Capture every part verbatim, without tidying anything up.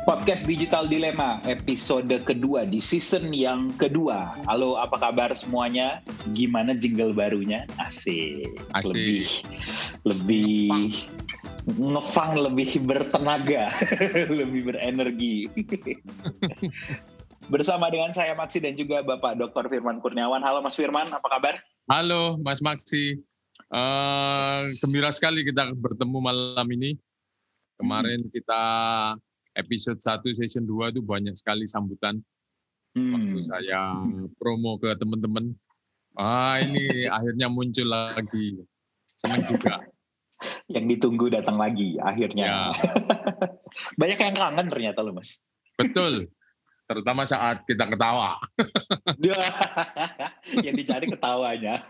Podcast Digital Dilema episode kedua di season yang kedua. Halo, apa kabar semuanya? Gimana jingle barunya? Asik. Asik. Lebih lebih ngefang, lebih bertenaga, lebih berenergi. Bersama dengan saya Maksi dan juga Bapak Doktor Firman Kurniawan. Halo Mas Firman, apa kabar? Halo Mas Maksi. Uh, gembira sekali kita bertemu malam ini. Kemarin hmm. kita episode satu, season dua itu banyak sekali sambutan. Hmm. Waktu saya promo ke teman-teman. Ah ini akhirnya muncul lagi. Senang juga. Yang ditunggu datang lagi akhirnya. Ya. Banyak yang kangen ternyata loh Mas. Betul. Terutama saat kita ketawa. Yang dicari ketawanya.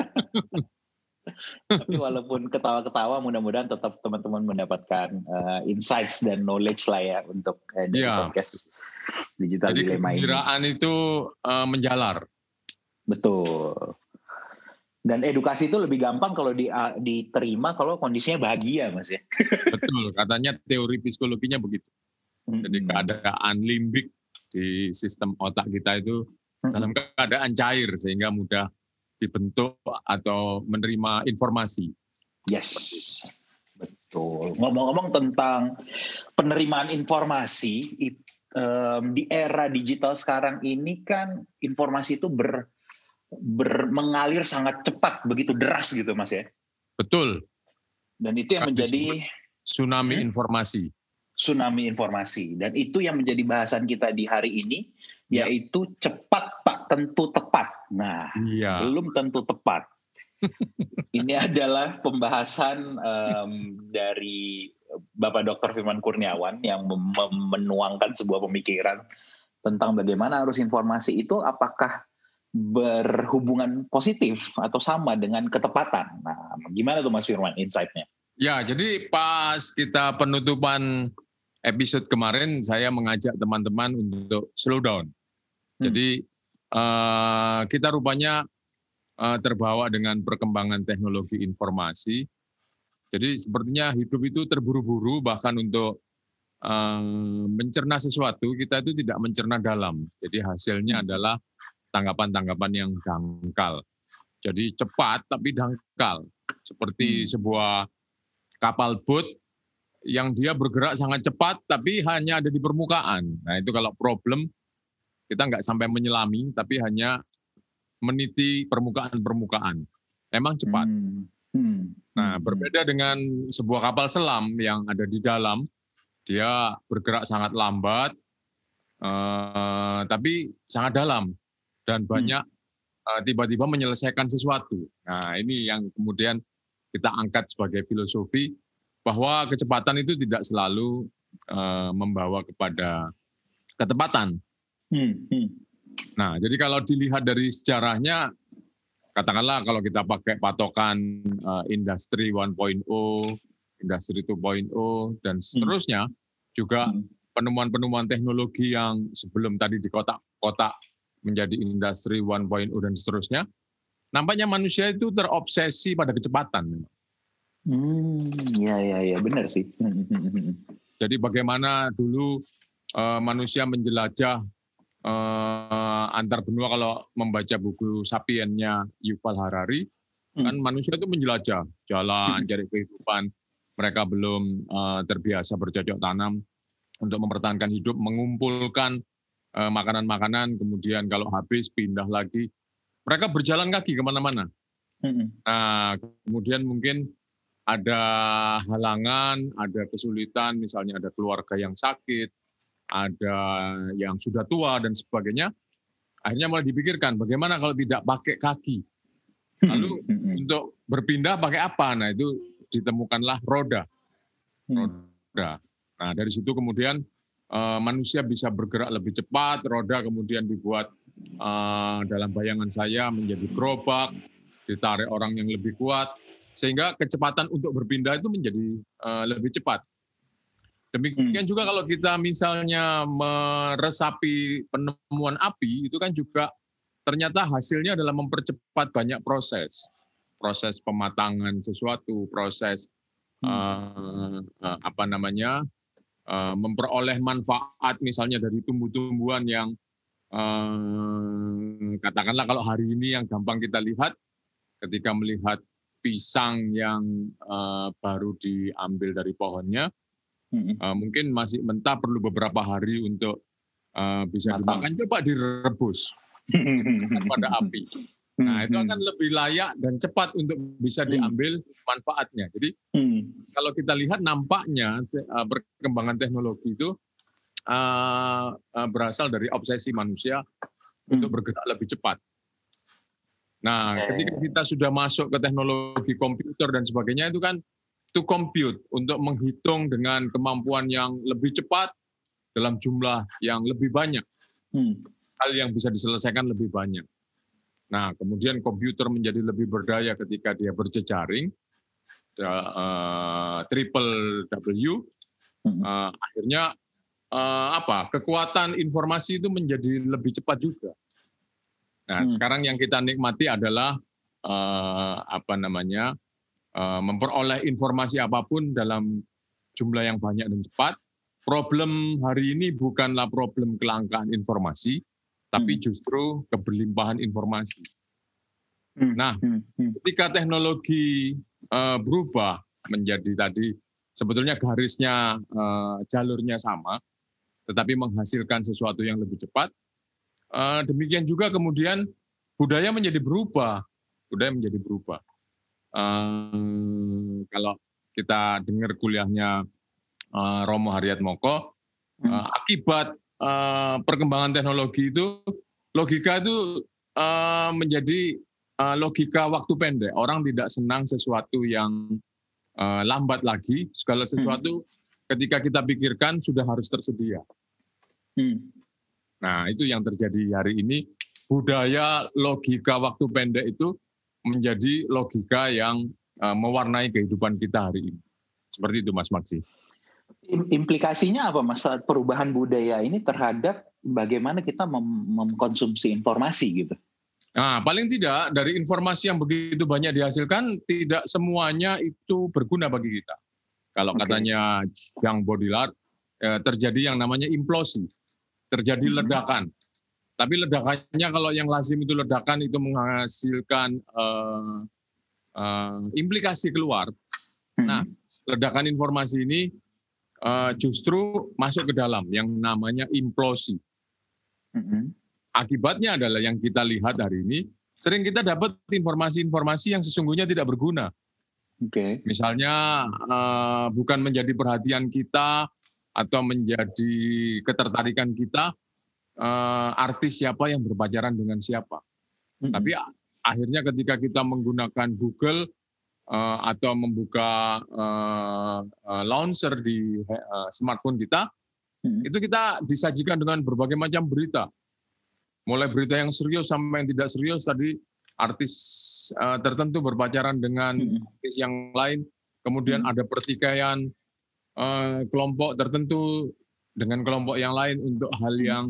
Tapi walaupun ketawa-ketawa, mudah-mudahan tetap teman-teman mendapatkan uh, insights dan knowledge lah ya untuk uh, dari ya. podcast Digital Jadi Dilema ini. Jadi kegembiraan itu uh, menjalar. Betul. Dan edukasi itu lebih gampang kalau di, uh, diterima kalau kondisinya bahagia, Mas ya. Betul, katanya teori psikologinya begitu. Mm-hmm. Jadi keadaan limbik di sistem otak kita itu mm-hmm. dalam keadaan cair sehingga mudah dibentuk atau menerima informasi. Yes, betul. Ngomong-ngomong tentang penerimaan informasi, it, um, di era digital sekarang ini kan informasi itu ber, ber mengalir sangat cepat, begitu deras gitu Mas ya. Betul. Dan itu yang menjadi tsunami hmm? informasi. Tsunami informasi. Dan itu yang menjadi bahasan kita di hari ini, ya. Yaitu cepat Pak, tentu tepat. Nah, ya. Belum tentu tepat. Ini adalah pembahasan um, dari Bapak Doktor Firman Kurniawan yang mem- menuangkan sebuah pemikiran tentang bagaimana arus informasi itu apakah berhubungan positif atau sama dengan ketepatan. Nah, gimana tuh Mas Firman insight-nya? Ya, jadi pas kita penutupan episode kemarin, saya mengajak teman-teman untuk slow down. Hmm. Jadi uh, kita rupanya uh, terbawa dengan perkembangan teknologi informasi. Jadi sepertinya hidup itu terburu-buru, bahkan untuk uh, mencerna sesuatu, kita itu tidak mencerna dalam. Jadi hasilnya adalah tanggapan-tanggapan yang dangkal. Jadi cepat tapi dangkal. Seperti hmm. sebuah kapal boat yang dia bergerak sangat cepat tapi hanya ada di permukaan. Nah itu kalau problem kita nggak sampai menyelami tapi hanya meniti permukaan-permukaan. Memang cepat. Hmm. Hmm. Nah berbeda dengan sebuah kapal selam yang ada di dalam, dia bergerak sangat lambat uh, tapi sangat dalam dan banyak hmm. uh, tiba-tiba menyelesaikan sesuatu. Nah ini yang kemudian kita angkat sebagai filosofi, bahwa kecepatan itu tidak selalu uh, membawa kepada ketepatan. Hmm, hmm. Nah, jadi kalau dilihat dari sejarahnya, katakanlah kalau kita pakai patokan uh, industri satu titik nol, industri dua titik nol, dan seterusnya, hmm. juga hmm. penemuan-penemuan teknologi yang sebelum tadi di kotak-kotak menjadi industri satu titik nol dan seterusnya, nampaknya manusia itu terobsesi pada kecepatan. Hmm, ya ya ya benar sih. Jadi bagaimana dulu uh, manusia menjelajah uh, antar benua, kalau membaca buku Sapiennya Yuval Harari, hmm. kan manusia itu menjelajah jalan, cari kehidupan. Mereka belum uh, terbiasa bercocok tanam untuk mempertahankan hidup, mengumpulkan uh, makanan-makanan, kemudian kalau habis pindah lagi. Mereka berjalan kaki kemana-mana. Hmm. Nah, kemudian mungkin ada halangan, ada kesulitan, misalnya ada keluarga yang sakit, ada yang sudah tua dan sebagainya. Akhirnya malah dipikirkan bagaimana kalau tidak pakai kaki. Lalu untuk berpindah pakai apa? Nah itu ditemukanlah roda. Roda. Nah dari situ kemudian uh, manusia bisa bergerak lebih cepat. Roda kemudian dibuat uh, dalam bayangan saya menjadi gerobak, ditarik orang yang lebih kuat. Sehingga kecepatan untuk berpindah itu menjadi uh, lebih cepat. Demikian hmm. juga kalau kita misalnya meresapi penemuan api, itu kan juga ternyata hasilnya adalah mempercepat banyak proses. Proses pematangan sesuatu, proses hmm. uh, uh, apa namanya uh, memperoleh manfaat misalnya dari tumbuh-tumbuhan yang uh, katakanlah kalau hari ini yang gampang kita lihat ketika melihat pisang yang uh, baru diambil dari pohonnya, uh, mungkin masih mentah perlu beberapa hari untuk uh, bisa Matang. dimakan, coba direbus pada api. Nah itu akan lebih layak dan cepat untuk bisa diambil manfaatnya. Jadi hmm. kalau kita lihat nampaknya uh, perkembangan teknologi itu uh, uh, berasal dari obsesi manusia hmm. untuk bergerak lebih cepat. Nah, ketika kita sudah masuk ke teknologi komputer dan sebagainya itu kan to compute, untuk menghitung dengan kemampuan yang lebih cepat dalam jumlah yang lebih banyak. Hmm. Hal yang bisa diselesaikan lebih banyak. Nah, kemudian komputer menjadi lebih berdaya ketika dia berjejaring, uh, triple W, hmm. uh, akhirnya uh, apa? Kekuatan informasi itu menjadi lebih cepat juga. Nah, hmm. sekarang yang kita nikmati adalah uh, apa namanya uh, memperoleh informasi apapun dalam jumlah yang banyak dan cepat. Problem hari ini bukanlah problem kelangkaan informasi, tapi hmm. justru keberlimpahan informasi. Hmm. Nah, hmm. ketika teknologi uh, berubah menjadi tadi sebetulnya garisnya uh, jalurnya sama, tetapi menghasilkan sesuatu yang lebih cepat. Uh, demikian juga kemudian budaya menjadi berubah, budaya menjadi berubah. Uh, kalau kita dengar kuliahnya uh, Romo Haryatmoko, uh, akibat uh, perkembangan teknologi itu, logika itu uh, menjadi uh, logika waktu pendek. Orang tidak senang sesuatu yang uh, lambat lagi, segala sesuatu hmm. ketika kita pikirkan sudah harus tersedia. Hmm. Nah, itu yang terjadi hari ini. Budaya logika waktu pendek itu menjadi logika yang uh, mewarnai kehidupan kita hari ini. Seperti itu, Mas Maksi. Implikasinya apa, Mas, perubahan budaya ini terhadap bagaimana kita mem- mengkonsumsi informasi gitu? Nah, paling tidak dari informasi yang begitu banyak dihasilkan, tidak semuanya itu berguna bagi kita. Kalau okay. katanya Jean Baudrillard, eh, terjadi yang namanya implosi. Terjadi hmm. ledakan. Tapi ledakannya kalau yang lazim itu ledakan itu menghasilkan uh, uh, implikasi keluar. Hmm. Nah, ledakan informasi ini uh, justru masuk ke dalam yang namanya implosi. Hmm. Akibatnya adalah yang kita lihat hari ini, sering kita dapat informasi-informasi yang sesungguhnya tidak berguna. Okay. Misalnya uh, bukan menjadi perhatian kita, atau menjadi ketertarikan kita uh, artis siapa yang berpacaran dengan siapa. Mm-hmm. Tapi akhirnya ketika kita menggunakan Google uh, atau membuka uh, uh, launcher di uh, smartphone kita, mm-hmm. itu kita disajikan dengan berbagai macam berita. Mulai berita yang serius sampai yang tidak serius, tadi artis uh, tertentu berpacaran dengan mm-hmm. artis yang lain, kemudian mm-hmm. ada pertikaian Uh, kelompok tertentu dengan kelompok yang lain untuk hal yang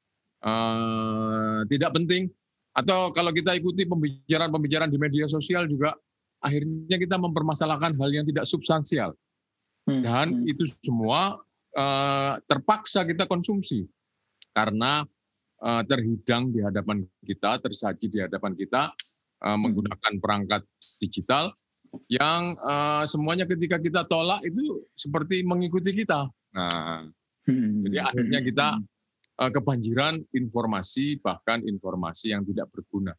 uh, tidak penting. Atau kalau kita ikuti pembicaraan-pembicaraan di media sosial juga, akhirnya kita mempermasalahkan hal yang tidak substansial. Dan hmm. itu semua uh, terpaksa kita konsumsi. Karena uh, terhidang di hadapan kita, tersaji di hadapan kita, uh, menggunakan perangkat digital, yang uh, semuanya ketika kita tolak itu seperti mengikuti kita. Nah, hmm. jadi akhirnya kita uh, kebanjiran informasi, bahkan informasi yang tidak berguna.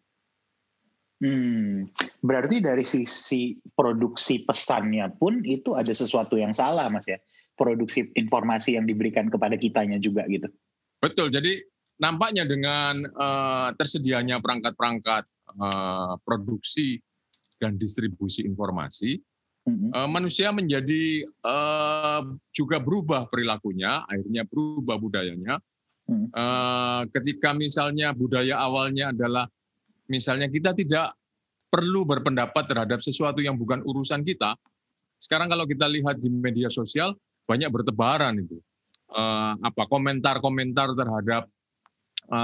Hmm. Berarti dari sisi produksi pesannya pun itu ada sesuatu yang salah, Mas ya? Produksi informasi yang diberikan kepada kitanya juga gitu. Betul, jadi nampaknya dengan uh, tersedianya perangkat-perangkat uh, produksi dan distribusi informasi, mm-hmm. uh, manusia menjadi uh, juga berubah perilakunya, akhirnya berubah budayanya. Mm-hmm. Uh, ketika misalnya budaya awalnya adalah, misalnya kita tidak perlu berpendapat terhadap sesuatu yang bukan urusan kita, sekarang kalau kita lihat di media sosial, banyak bertebaran itu. Uh, apa komentar-komentar terhadap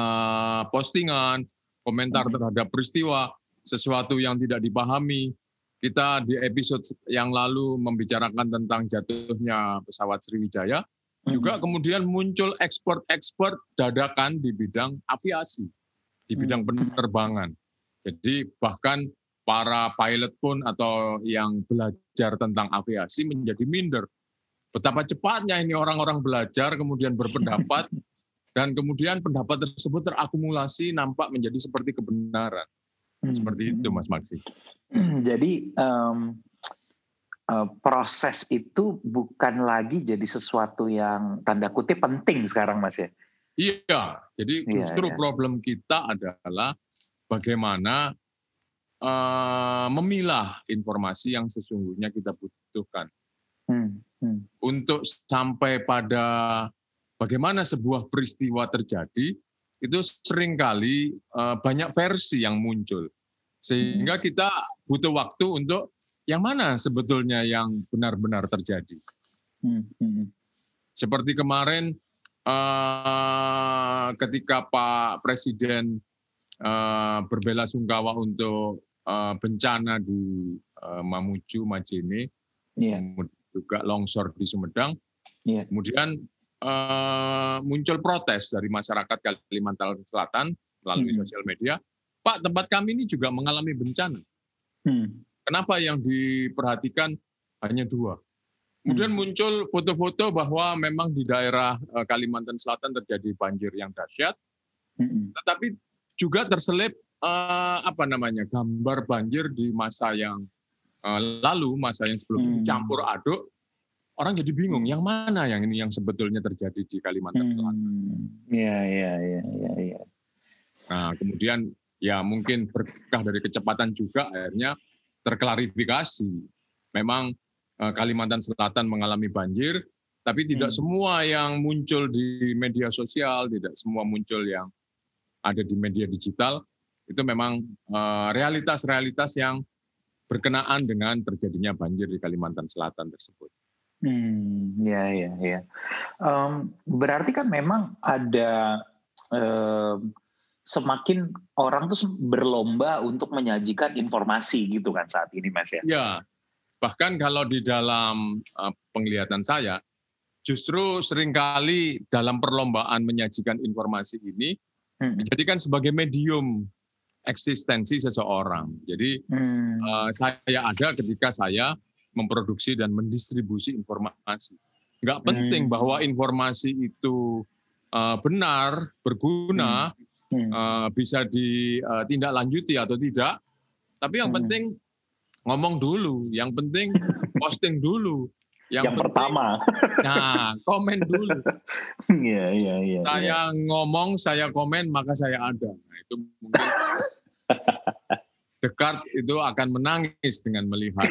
uh, postingan, komentar mm-hmm. terhadap peristiwa, sesuatu yang tidak dipahami, kita di episode yang lalu membicarakan tentang jatuhnya pesawat Sriwijaya, hmm. juga kemudian muncul ekspor-ekspor dadakan di bidang aviasi, di bidang penerbangan. Jadi bahkan para pilot pun atau yang belajar tentang aviasi menjadi minder. Betapa cepatnya ini orang-orang belajar, kemudian berpendapat, dan kemudian pendapat tersebut terakumulasi nampak menjadi seperti kebenaran. Seperti itu, Mas Maksi. Jadi um, uh, proses itu bukan lagi jadi sesuatu yang tanda kutip penting sekarang, Mas ya? Iya, jadi justru iya, iya. problem kita adalah bagaimana uh, memilah informasi yang sesungguhnya kita butuhkan. Hmm, hmm. Untuk sampai pada bagaimana sebuah peristiwa terjadi, itu seringkali uh, banyak versi yang muncul. Sehingga kita butuh waktu untuk yang mana sebetulnya yang benar-benar terjadi. Hmm, hmm. Seperti kemarin uh, ketika Pak Presiden uh, berbelasungkawa untuk uh, bencana di uh, Mamuju, Majene, yeah. kemudian juga longsor di Sumedang, yeah. kemudian uh, muncul protes dari masyarakat Kalimantan Selatan melalui hmm. sosial media. Pak, tempat kami ini juga mengalami bencana. Hmm. Kenapa yang diperhatikan hanya dua? Kemudian hmm. muncul foto-foto bahwa memang di daerah Kalimantan Selatan terjadi banjir yang dahsyat, hmm. tetapi juga terselip eh, apa namanya gambar banjir di masa yang eh, lalu, masa yang sebelum hmm. campur aduk. Orang jadi bingung, yang mana yang ini yang sebetulnya terjadi di Kalimantan Selatan? Iya, iya, iya, iya, iya. Nah, kemudian ya mungkin berkah dari kecepatan juga akhirnya terklarifikasi. Memang eh, Kalimantan Selatan mengalami banjir, tapi tidak hmm. semua yang muncul di media sosial, tidak semua muncul yang ada di media digital, itu memang eh, realitas-realitas yang berkenaan dengan terjadinya banjir di Kalimantan Selatan tersebut. Hmm, ya, ya, ya. Um, berarti kan memang ada um, semakin orang tuh berlomba untuk menyajikan informasi gitu kan saat ini, Mas ya? Ya, bahkan kalau di dalam uh, penglihatan saya, justru seringkali dalam perlombaan menyajikan informasi ini hmm. dijadikan sebagai medium eksistensi seseorang. Jadi hmm. uh, saya ada ketika saya memproduksi dan mendistribusi informasi. Nggak penting hmm. bahwa informasi itu uh, benar, berguna, hmm. Hmm. Uh, bisa ditindaklanjuti atau tidak, tapi yang hmm. penting ngomong dulu, yang penting posting dulu, yang, yang penting, pertama, nah komen dulu. Iya iya iya. Saya ya. ngomong, saya komen, maka saya ada. Nah, itu mungkin Descartes itu akan menangis dengan melihat.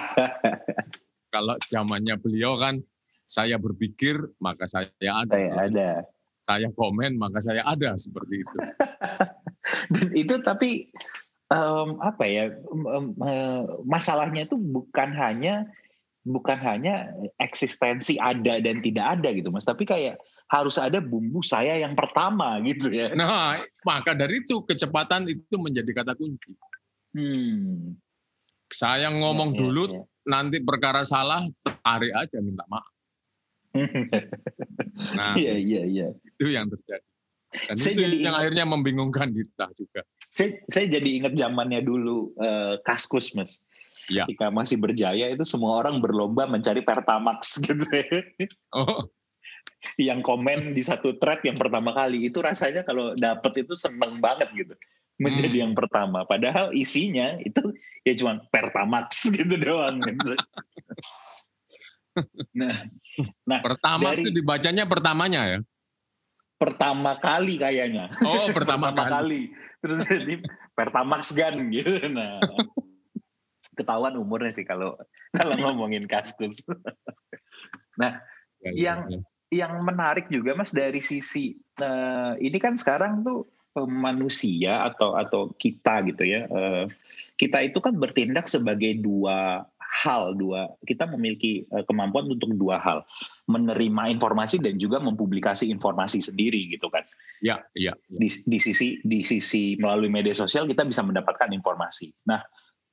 Kalau zamannya beliau kan, saya berpikir maka saya ada. Saya ada. Saya komen maka saya ada, seperti itu. Dan itu tapi um, apa ya um, um, masalahnya itu bukan hanya bukan hanya eksistensi ada dan tidak ada gitu, Mas, tapi kayak harus ada bumbu saya yang pertama gitu ya. Nah, maka dari itu kecepatan itu menjadi kata kunci. Hmm. Saya ngomong ya, dulu, ya, ya. Nanti perkara salah tarik aja minta maaf. Nah, iya iya iya. Itu yang terjadi. Dan saya itu jadi yang ingat, akhirnya membingungkan kita juga. Saya, saya jadi ingat zamannya dulu uh, Kaskus, Mas. Ya. Ketika masih berjaya itu semua orang berlomba mencari Pertamax gitu. Oh. Yang komen di satu thread yang pertama kali itu rasanya kalau dapet itu seneng banget gitu. Menjadi hmm. yang pertama. Padahal isinya itu ya cuma Pertamax gitu doang. Gitu. Nah, nah pertama itu dibacanya pertamanya ya? Pertama kali kayaknya. Oh, pertama, pertama kali. kali. Terus jadi Pertamax kan gitu. Nah, ketahuan umurnya sih kalau kalau ngomongin Kaskus. Nah, ya, ya, yang ya. yang menarik juga, Mas, dari sisi uh, ini kan sekarang tuh manusia atau atau kita gitu ya. Uh, kita itu kan bertindak sebagai dua hal, dua kita memiliki kemampuan untuk dua hal, menerima informasi dan juga mempublikasi informasi sendiri gitu kan. Ya, ya. ya. Di, di sisi di sisi melalui media sosial kita bisa mendapatkan informasi. Nah,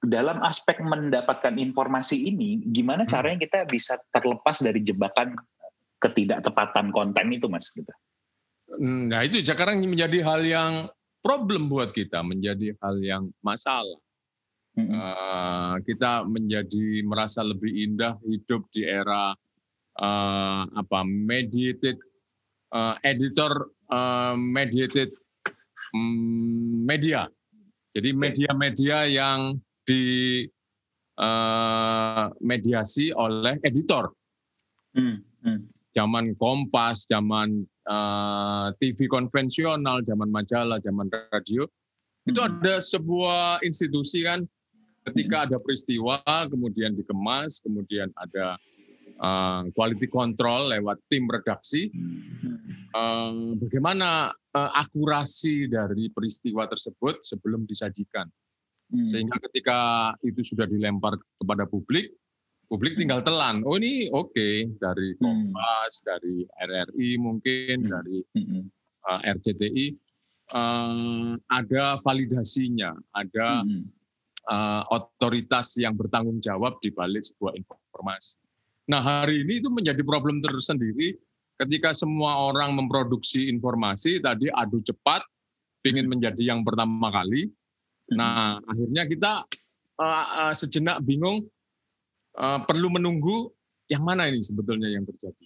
dalam aspek mendapatkan informasi ini, gimana caranya kita bisa terlepas dari jebakan ketidaktepatan konten itu, Mas? Gitu. Nah itu sekarang menjadi hal yang problem buat kita, menjadi hal yang masalah. Mm-hmm. Uh, kita menjadi merasa lebih indah hidup di era uh, apa mediated uh, editor uh, mediated um, media. Jadi media-media yang di uh, mediasi oleh editor. Mm-hmm. Zaman Kompas, zaman uh, T V konvensional, zaman majalah, zaman radio, mm-hmm. itu ada sebuah institusi kan. Ketika ada peristiwa, kemudian dikemas, kemudian ada uh, quality control lewat tim redaksi, uh, bagaimana uh, akurasi dari peristiwa tersebut sebelum disajikan. Hmm. Sehingga ketika itu sudah dilempar kepada publik, publik tinggal telan. Oh ini oke, okay. Dari Kompas, hmm. dari R R I mungkin, hmm. dari uh, R C T I, uh, ada validasinya, ada... Hmm. Uh, otoritas yang bertanggung jawab di balik sebuah informasi. Nah hari ini itu menjadi problem tersendiri ketika semua orang memproduksi informasi, tadi adu cepat, ingin menjadi yang pertama kali. Nah akhirnya kita uh, uh, sejenak bingung, uh, perlu menunggu yang mana ini sebetulnya yang terjadi.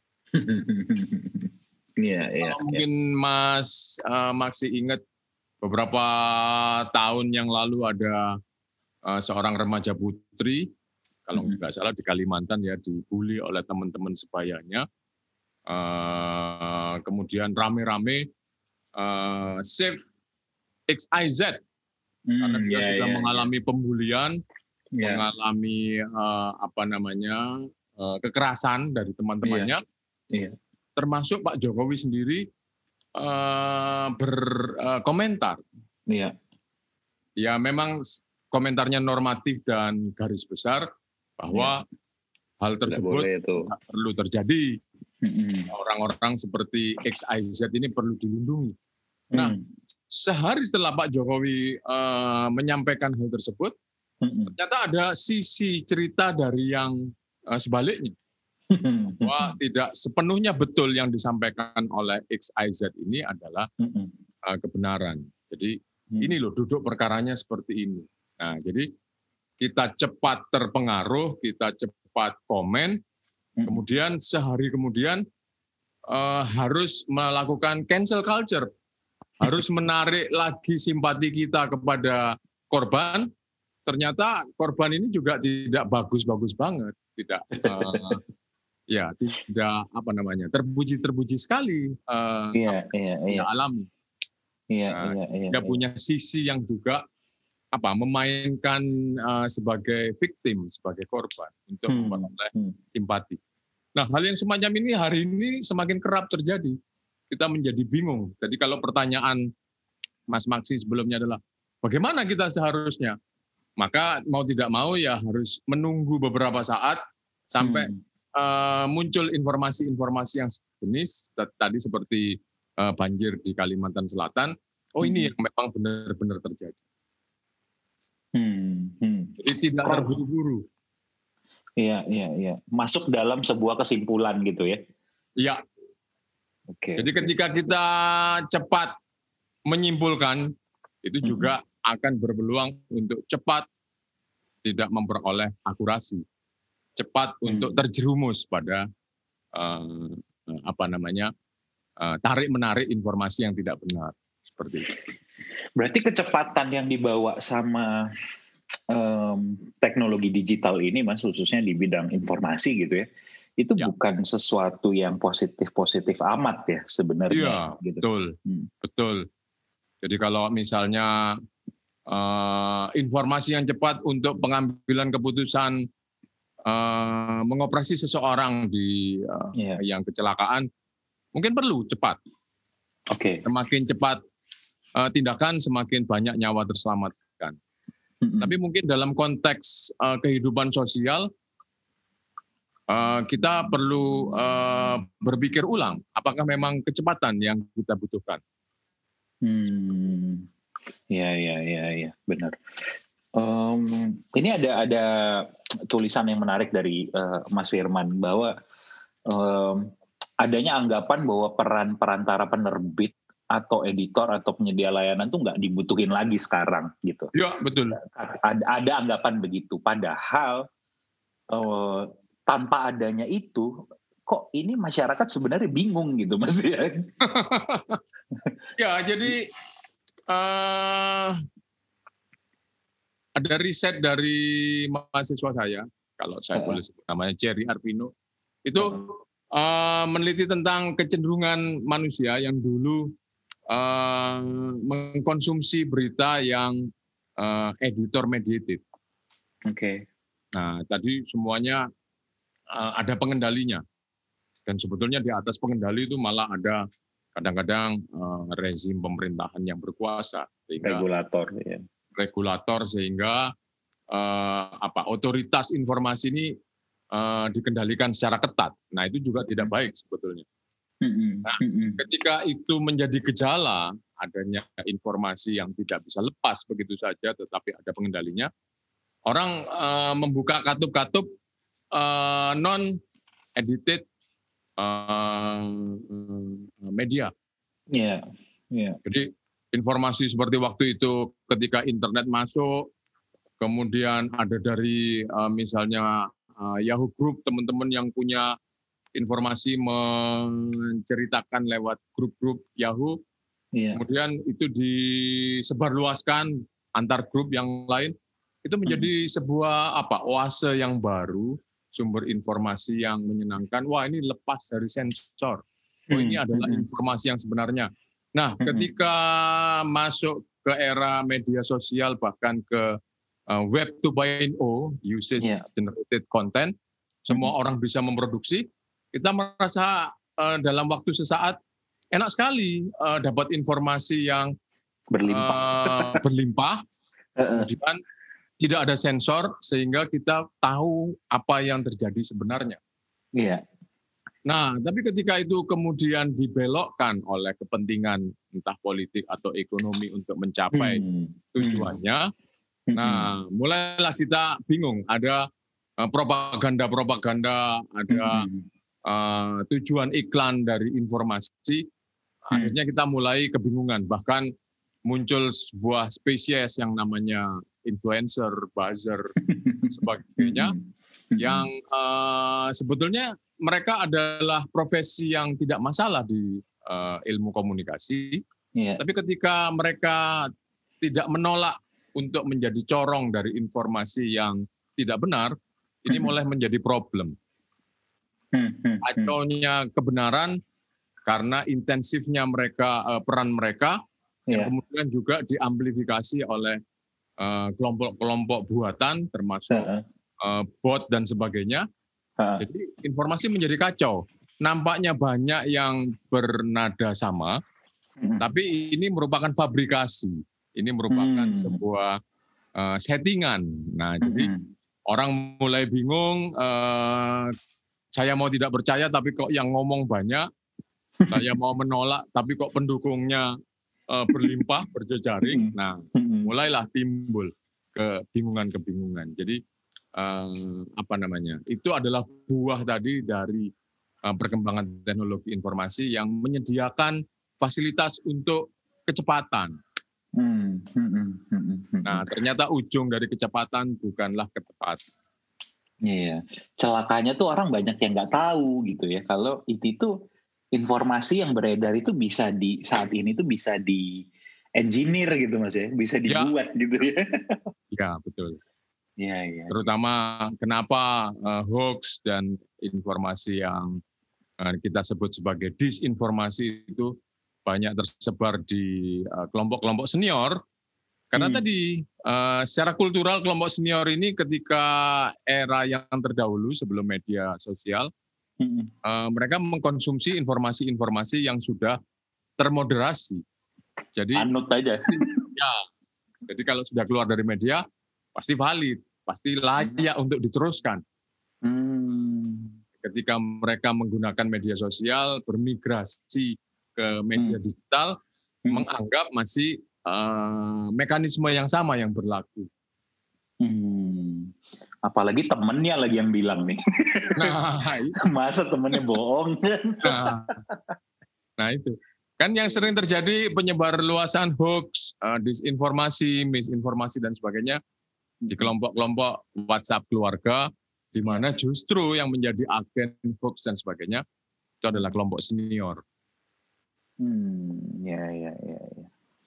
Yeah, yeah, Kalau mungkin yeah. Mas uh, masih ingat, beberapa tahun yang lalu ada uh, seorang remaja putri, kalau nggak mm-hmm. salah di Kalimantan ya, dibully oleh teman-teman sebayanya. Uh, kemudian rame-rame uh, save X I Z mm, karena dia yeah, sudah yeah, mengalami yeah. pembulian, yeah. mengalami uh, apa namanya uh, kekerasan dari teman-temannya, yeah. Yeah. termasuk Pak Jokowi sendiri. Uh, berkomentar, uh, iya. Ya memang komentarnya normatif dan garis besar bahwa ya. hal tersebut tidak perlu terjadi. Mm-hmm. Orang-orang seperti X I Z ini perlu dilindungi. Mm. Nah, sehari setelah Pak Jokowi uh, menyampaikan hal tersebut, mm-hmm. ternyata ada sisi cerita dari yang uh, sebaliknya. Bahwa tidak sepenuhnya betul yang disampaikan oleh X I Z ini adalah uh, kebenaran. Jadi mm. ini loh duduk perkaranya seperti ini. Nah, jadi kita cepat terpengaruh, kita cepat komen, mm. kemudian sehari kemudian uh, harus melakukan cancel culture, harus menarik lagi simpati kita kepada korban. Ternyata korban ini juga tidak bagus-bagus banget, tidak. Uh, Ya, tidak apa namanya terpuji-terpuji sekali uh, iya, iya, iya. alami. Iya, nah, iya, iya, dia iya. punya sisi yang juga apa memainkan uh, sebagai victim, sebagai korban untuk hmm. memperoleh hmm. simpati. Nah, hal yang semacam ini hari ini semakin kerap terjadi. Kita menjadi bingung. Jadi kalau pertanyaan Mas Maksi sebelumnya adalah bagaimana kita seharusnya? Maka mau tidak mau ya harus menunggu beberapa saat sampai hmm. Uh, muncul informasi-informasi yang jenis tadi seperti uh, banjir di Kalimantan Selatan. Oh ini hmm. yang memang benar-benar terjadi. Hmm. Hmm. Jadi tidak terburu-buru. Iya, iya, iya. Masuk dalam sebuah kesimpulan gitu ya. Iya. Oke. Jadi ketika kita cepat menyimpulkan, itu hmm. juga akan berpeluang untuk cepat tidak memperoleh akurasi. Cepat hmm. untuk terjerumus pada uh, apa namanya uh, tarik menarik informasi yang tidak benar seperti itu. Berarti kecepatan yang dibawa sama um, teknologi digital ini, Mas, khususnya di bidang informasi gitu ya, itu ya. bukan sesuatu yang positif-positif amat ya sebenarnya. Iya, gitu. betul, hmm. betul. Jadi kalau misalnya uh, informasi yang cepat untuk pengambilan keputusan Uh, mengoperasi seseorang di uh, yeah. yang kecelakaan mungkin perlu cepat. Oke. Okay. Semakin cepat uh, tindakan, semakin banyak nyawa terselamatkan. Mm-hmm. Tapi mungkin dalam konteks uh, kehidupan sosial uh, kita perlu uh, berpikir ulang. Apakah memang kecepatan yang kita butuhkan? Hmm. Ya, ya, ya, ya, benar. Um, ini ada ada tulisan yang menarik dari uh, Mas Firman bahwa um, adanya anggapan bahwa peran perantara penerbit atau editor atau penyedia layanan tuh nggak dibutuhin lagi sekarang gitu. Ya betul. Ada, ada anggapan begitu. Padahal uh, tanpa adanya itu, kok ini masyarakat sebenarnya bingung gitu, Mas ya. Ya jadi. Uh, Ada riset dari mahasiswa saya, kalau saya uh-uh. boleh sebut namanya Jerry Arpino, itu uh-uh. uh, meneliti tentang kecenderungan manusia yang dulu uh, mengkonsumsi berita yang uh, editor mediated. Oke. Okay. Nah, tadi semuanya uh, ada pengendalinya, dan sebetulnya di atas pengendali itu malah ada kadang-kadang uh, rezim pemerintahan yang berkuasa, sehingga regulator. Ya. regulator sehingga uh, apa otoritas informasi ini uh, dikendalikan secara ketat. Nah, itu juga tidak baik sebetulnya. Nah, ketika itu menjadi gejala adanya informasi yang tidak bisa lepas begitu saja tetapi ada pengendalinya, orang uh, membuka katup-katup uh, non edited uh, media. Iya, yeah, iya. Yeah. Jadi informasi seperti waktu itu ketika internet masuk, kemudian ada dari uh, misalnya uh, Yahoo Group, teman-teman yang punya informasi menceritakan lewat grup-grup Yahoo, yeah. Kemudian itu disebarluaskan antar grup yang lain, itu menjadi hmm. sebuah apa oase yang baru, sumber informasi yang menyenangkan. Wah, ini lepas dari sensor. Oh, ini hmm. adalah hmm. informasi yang sebenarnya. Nah, ketika mm-hmm. masuk ke era media sosial, bahkan ke uh, web dua titik nol, usage yeah. generated content, semua mm-hmm. orang bisa memproduksi, kita merasa uh, dalam waktu sesaat enak sekali uh, dapat informasi yang berlimpah, uh, berlimpah kemudian tidak ada sensor, sehingga kita tahu apa yang terjadi sebenarnya. Iya. Yeah. Nah, tapi ketika itu kemudian dibelokkan oleh kepentingan entah politik atau ekonomi untuk mencapai hmm. tujuannya, hmm. nah mulailah kita bingung. Ada uh, propaganda-propaganda, ada hmm. uh, tujuan iklan dari informasi. Hmm. Akhirnya kita mulai kebingungan. Bahkan muncul sebuah spesies yang namanya influencer, buzzer, sebagainya, hmm. yang uh, sebetulnya mereka adalah profesi yang tidak masalah di uh, ilmu komunikasi, yeah. tapi ketika mereka tidak menolak untuk menjadi corong dari informasi yang tidak benar, ini mm-hmm. mulai menjadi problem. Mm-hmm. Kacaunya kebenaran karena intensifnya mereka uh, peran mereka, yeah. yang kemudian juga diamplifikasi oleh uh, kelompok-kelompok buatan, termasuk uh-huh. uh, bot dan sebagainya. Jadi informasi menjadi kacau. Nampaknya banyak yang bernada sama, hmm. tapi ini merupakan fabrikasi. Ini merupakan hmm. sebuah uh, settingan. Nah, hmm. jadi orang mulai bingung, uh, saya mau tidak percaya tapi kok yang ngomong banyak, saya mau menolak tapi kok pendukungnya uh, berlimpah, berjejaring. Nah, mulailah timbul kebingungan-kebingungan. Jadi Uh, apa namanya? Itu adalah buah tadi dari uh, perkembangan teknologi informasi yang menyediakan fasilitas untuk kecepatan. Hmm, hmm, hmm, hmm, hmm. Nah, ternyata ujung dari kecepatan bukanlah ketepatan. Iya, celakanya tuh orang banyak yang nggak tahu gitu ya. Kalau itu tuh informasi yang beredar itu bisa di saat ini tuh bisa di engineer gitu Mas ya, bisa dibuat ya. Gitu ya. Ya betul. Ya, ya. Terutama kenapa uh, hoax dan informasi yang uh, kita sebut sebagai disinformasi itu banyak tersebar di uh, kelompok-kelompok senior. Karena hmm. tadi uh, secara kultural kelompok senior ini ketika era yang terdahulu sebelum media sosial, hmm. uh, mereka mengkonsumsi informasi-informasi yang sudah termoderasi. Jadi anut aja. Ya. Jadi kalau sudah keluar dari media pasti valid. Pasti layak hmm. untuk diteruskan. Hmm. Ketika mereka menggunakan media sosial, bermigrasi ke media hmm. digital, hmm. menganggap masih uh, mekanisme yang sama yang berlaku. Hmm. Apalagi temennya lagi yang bilang nih. Nah, masa temennya bohong? nah, nah itu. Kan yang sering terjadi penyebar luasan hoax, uh, disinformasi, misinformasi dan sebagainya di kelompok-kelompok WhatsApp keluarga, di mana justru yang menjadi agen hoax dan sebagainya itu adalah kelompok senior. Hmm, ya, ya, ya, ya.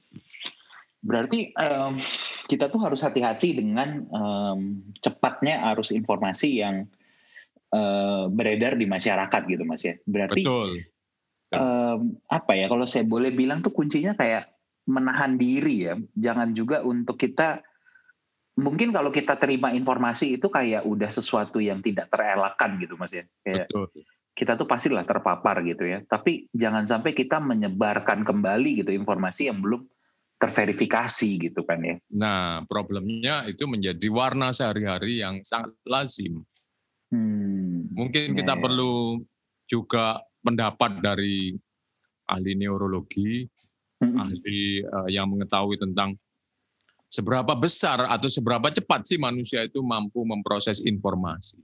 Berarti um, kita tuh harus hati-hati dengan um, cepatnya arus informasi yang uh, beredar di masyarakat gitu Mas ya. Berarti Betul. Um, apa ya kalau saya boleh bilang tuh kuncinya kayak menahan diri ya. Jangan juga untuk kita, mungkin kalau kita terima informasi itu kayak udah sesuatu yang tidak terelakkan gitu Mas ya. Kayak Betul. kita tuh pastilah terpapar gitu ya. Tapi jangan sampai kita menyebarkan kembali gitu informasi yang belum terverifikasi gitu kan ya. Nah, problemnya itu menjadi warna sehari-hari yang sangat lazim. Hmm, Mungkin ya, kita ya. perlu juga pendapat dari ahli neurologi, hmm. ahli uh, yang mengetahui tentang seberapa besar atau seberapa cepat sih manusia itu mampu memproses informasi.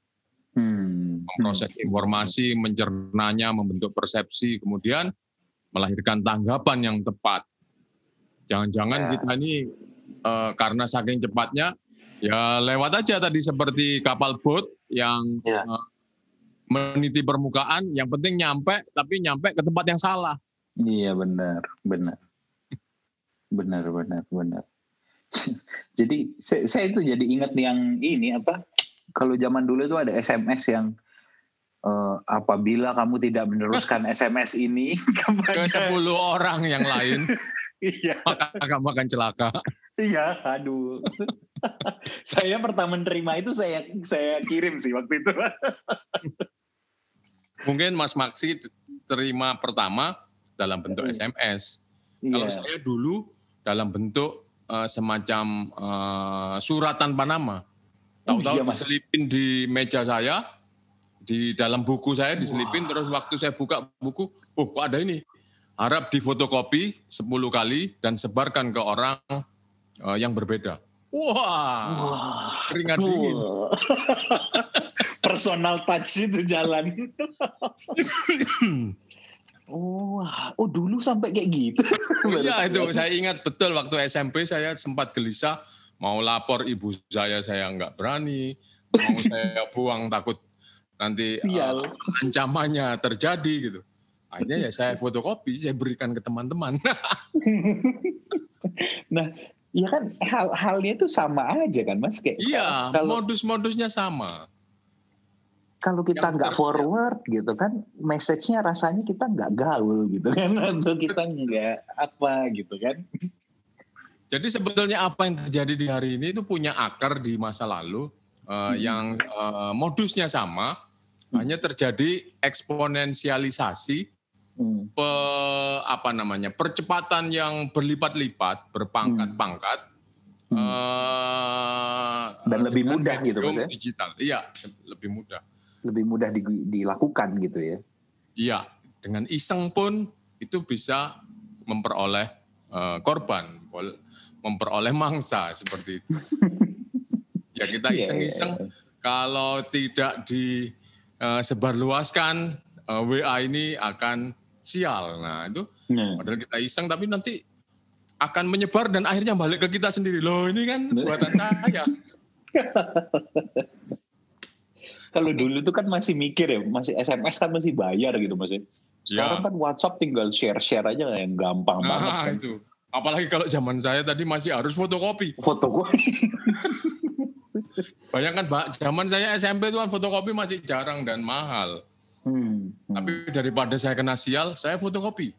Hmm, memproses hmm. informasi, mencernanya, membentuk persepsi, kemudian melahirkan tanggapan yang tepat. Jangan-jangan ya. kita ini uh, karena saking cepatnya, ya lewat aja tadi seperti kapal boat yang ya. uh, meniti permukaan, yang penting nyampe, tapi nyampe ke tempat yang salah. Iya benar, benar, benar, benar, benar. Jadi saya, saya itu jadi ingat yang ini apa? Kalau zaman dulu itu ada S M S yang uh, apabila kamu tidak meneruskan S M S ini ke sepuluh orang yang lain, iya. maka kamu akan celaka. Iya, aduh. Saya pertama menerima itu saya saya kirim sih waktu itu. Mungkin Mas Maksi terima pertama dalam bentuk S M S. Iya. Kalau saya dulu dalam bentuk uh, semacam uh, surat tanpa nama. Tahu-tahu oh, iya, diselipin di meja saya, di dalam buku saya diselipin, wow. Terus waktu saya buka buku, oh kok ada ini? Harap difotokopi sepuluh kali dan sebarkan ke orang uh, yang berbeda. Wah, wow. Keringat dingin. Wow. Personal touch itu jalan. Oh, oh dulu sampai kayak gitu. Oh, iya itu saya ingat betul waktu S M P saya sempat gelisah. Mau lapor ibu saya, saya nggak berani. Mau saya buang, takut nanti uh, ancamannya terjadi gitu. Akhirnya ya saya fotokopi, saya berikan ke teman-teman. Nah, ya kan hal-halnya itu sama aja kan Mas? Kayak iya, kalau, modus-modusnya sama. Kalau kita nggak forward gitu kan, message-nya rasanya kita nggak gaul gitu kan. Atau kita nggak apa gitu kan. Jadi sebetulnya apa yang terjadi di hari ini itu punya akar di masa lalu uh, hmm. yang uh, modusnya sama, hmm. hanya terjadi eksponensialisasi, hmm. pe, apa namanya percepatan yang berlipat-lipat, berpangkat-pangkat, hmm. uh, dan lebih mudah gitu Mas ya? Digital, iya lebih mudah. Lebih mudah di, dilakukan gitu ya? Iya, dengan iseng pun itu bisa memperoleh uh, korban. Memperoleh mangsa seperti itu. Ya kita iseng-iseng yeah, yeah, yeah. Kalau tidak disebarluaskan uh, W A ini akan sial. Nah itu yeah. Padahal kita iseng tapi nanti akan menyebar dan akhirnya balik ke kita sendiri. Loh ini kan buatan saya. Kalau dulu tuh kan masih mikir ya, masih S M S kan masih bayar gitu Mas. Sekarang yeah. kan WhatsApp tinggal share-share aja yang gampang nah, banget kan. Itu. Apalagi kalau zaman saya tadi masih harus fotokopi. Fotokopi. Bayangkan Pak, zaman saya S M P itu kan fotokopi masih jarang dan mahal. Hmm, hmm. Tapi daripada saya kena sial, saya fotokopi.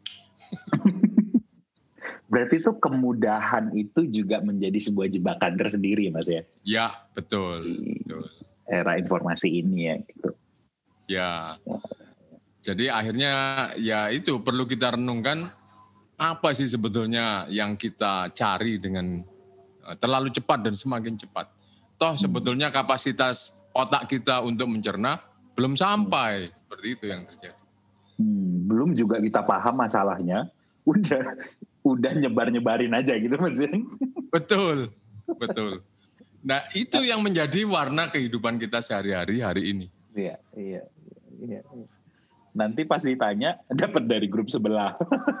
Berarti itu kemudahan itu juga menjadi sebuah jebakan tersendiri Mas ya? Ya, betul. Di betul. Era informasi ini ya gitu. Ya. Jadi akhirnya ya itu perlu kita renungkan. Apa sih sebetulnya yang kita cari dengan terlalu cepat dan semakin cepat? Toh sebetulnya kapasitas otak kita untuk mencerna belum sampai. Hmm. Seperti itu yang terjadi. Hmm, belum juga kita paham masalahnya, udah udah nyebar-nyebarin aja gitu Mas. Betul, betul. Nah, itu yang menjadi warna kehidupan kita sehari-hari hari ini. Iya, iya, iya. Nanti pas ditanya, dapat dari grup sebelah.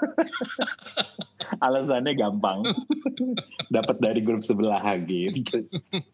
Alasannya gampang. Dapat dari grup sebelah gitu.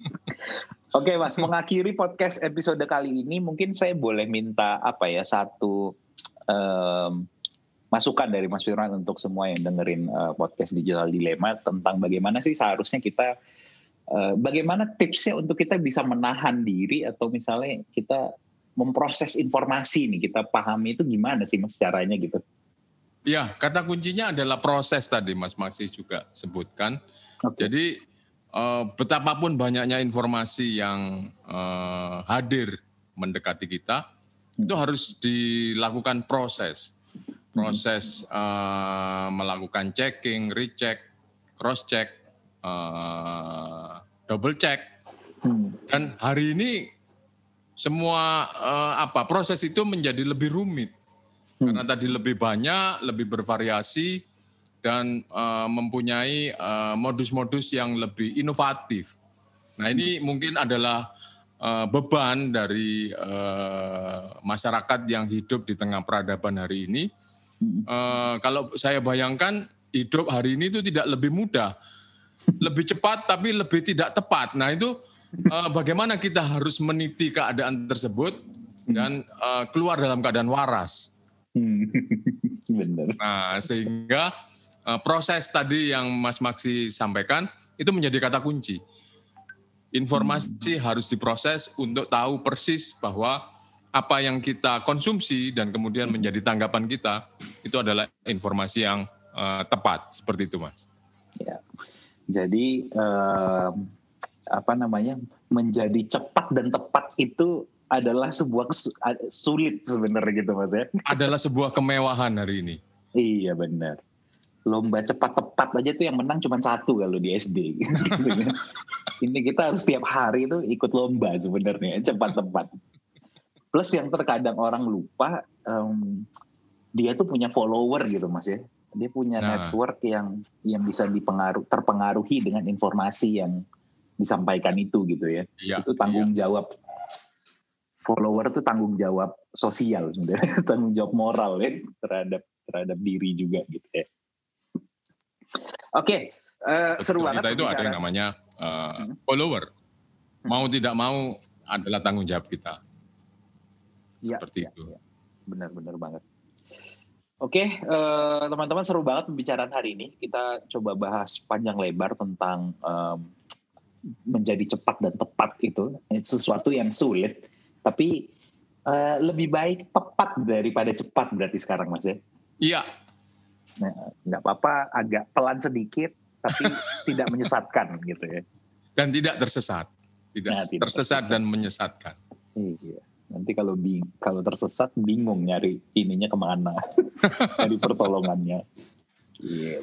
Oke Mas, mengakhiri podcast episode kali ini, mungkin saya boleh minta apa ya, satu um, masukan dari Mas Firman untuk semua yang dengerin uh, podcast Digital Dilema tentang bagaimana sih seharusnya kita, uh, bagaimana tipsnya untuk kita bisa menahan diri atau misalnya kita memproses informasi nih, kita pahami itu gimana sih Mas caranya gitu? Ya, kata kuncinya adalah proses tadi Mas Maksi juga sebutkan. Okay. Jadi Uh, betapapun banyaknya informasi yang uh, hadir mendekati kita, hmm. itu harus dilakukan proses. Proses uh, melakukan checking, recheck, cross-check, uh, double check. Hmm. Dan hari ini semua uh, apa proses itu menjadi lebih rumit. Hmm. Karena tadi lebih banyak, lebih bervariasi, dan uh, mempunyai uh, modus-modus yang lebih inovatif. Nah ini mungkin adalah uh, beban dari uh, masyarakat yang hidup di tengah peradaban hari ini. Uh, kalau saya bayangkan hidup hari ini itu tidak lebih mudah, lebih cepat tapi lebih tidak tepat. Nah itu uh, bagaimana kita harus meniti keadaan tersebut dan uh, keluar dalam keadaan waras. Benar. Nah sehingga proses tadi yang Mas Maksi sampaikan itu menjadi kata kunci. Informasi hmm. harus diproses untuk tahu persis bahwa apa yang kita konsumsi dan kemudian menjadi tanggapan kita itu adalah informasi yang uh, tepat, seperti itu Mas. Ya. Jadi uh, apa namanya menjadi cepat dan tepat itu adalah sebuah sulit sebenarnya gitu Mas ya. Adalah sebuah kemewahan hari ini. Iya benar. Lomba cepat tepat aja tuh yang menang cuma satu kalau di S D. Gitu. Ini kita harus tiap hari itu ikut lomba sebenarnya cepat tepat. Plus yang terkadang orang lupa, um, dia tuh punya follower gitu Mas ya. Dia punya nah. network yang yang bisa dipengaruh terpengaruhi dengan informasi yang disampaikan itu gitu ya. ya itu tanggung ya. jawab. Follower itu tanggung jawab sosial sebenarnya, tanggung jawab moral ya terhadap terhadap diri juga gitu ya. Oke, okay, uh, seru banget. Kita itu ada yang namanya uh, hmm. follower. Mau hmm. tidak mau adalah tanggung jawab kita. Ya, Seperti ya, itu. Ya. Benar-benar banget. Oke, okay, uh, teman-teman seru banget pembicaraan hari ini. Kita coba bahas panjang lebar tentang um, menjadi cepat dan tepat itu. Itu sesuatu yang sulit, tapi uh, lebih baik tepat daripada cepat berarti sekarang Mas ya? Iya. Nah, nggak apa-apa agak pelan sedikit tapi tidak menyesatkan gitu ya. Dan tidak tersesat. Tidak nah, tersesat, tersesat dan menyesatkan. Iya. Nanti kalau bing kalau tersesat bingung nyari ininya kemana. Dari pertolongannya. Gitu.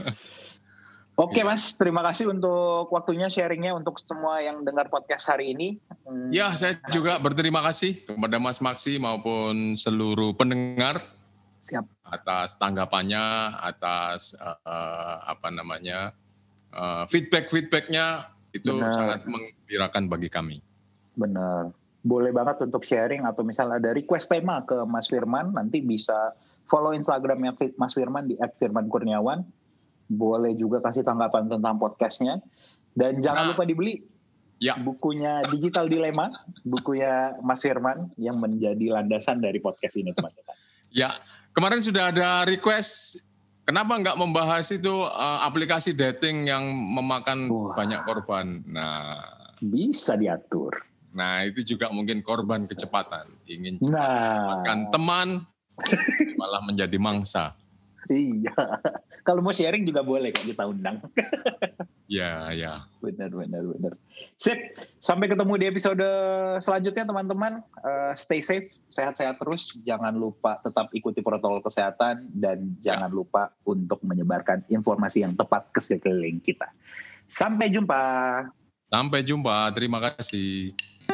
Oke Mas, terima kasih untuk waktunya sharingnya untuk semua yang dengar podcast hari ini. Hmm. Ya, saya juga berterima kasih kepada Mas Maksi maupun seluruh pendengar. Siap. Atas tanggapannya, atas uh, apa namanya uh, feedback-feedbacknya itu Benar. sangat menggembirakan bagi kami. Benar, boleh banget untuk sharing atau misalnya ada request tema ke Mas Firman, nanti bisa follow Instagramnya Mas Firman di et firman kurniawan. Boleh juga kasih tanggapan tentang podcastnya dan jangan nah. lupa dibeli. Ya. Bukunya Digital Dilema, bukunya Mas Firman yang menjadi landasan dari podcast ini teman-teman. Ya, kemarin sudah ada request, kenapa nggak membahas itu uh, aplikasi dating yang memakan Wah. banyak korban? Nah, bisa diatur. Nah, itu juga mungkin korban kecepatan, ingin cepat nah. mendapatkan teman, malah menjadi mangsa. Iya, kalau mau sharing juga boleh kok kita undang. Ya, ya. Benar, benar, benar. Sip, sampai ketemu di episode selanjutnya teman-teman. Uh, stay safe, sehat-sehat terus. Jangan lupa tetap ikuti protokol kesehatan dan ya. jangan lupa untuk menyebarkan informasi yang tepat ke sekeliling kita. Sampai jumpa. Sampai jumpa, terima kasih.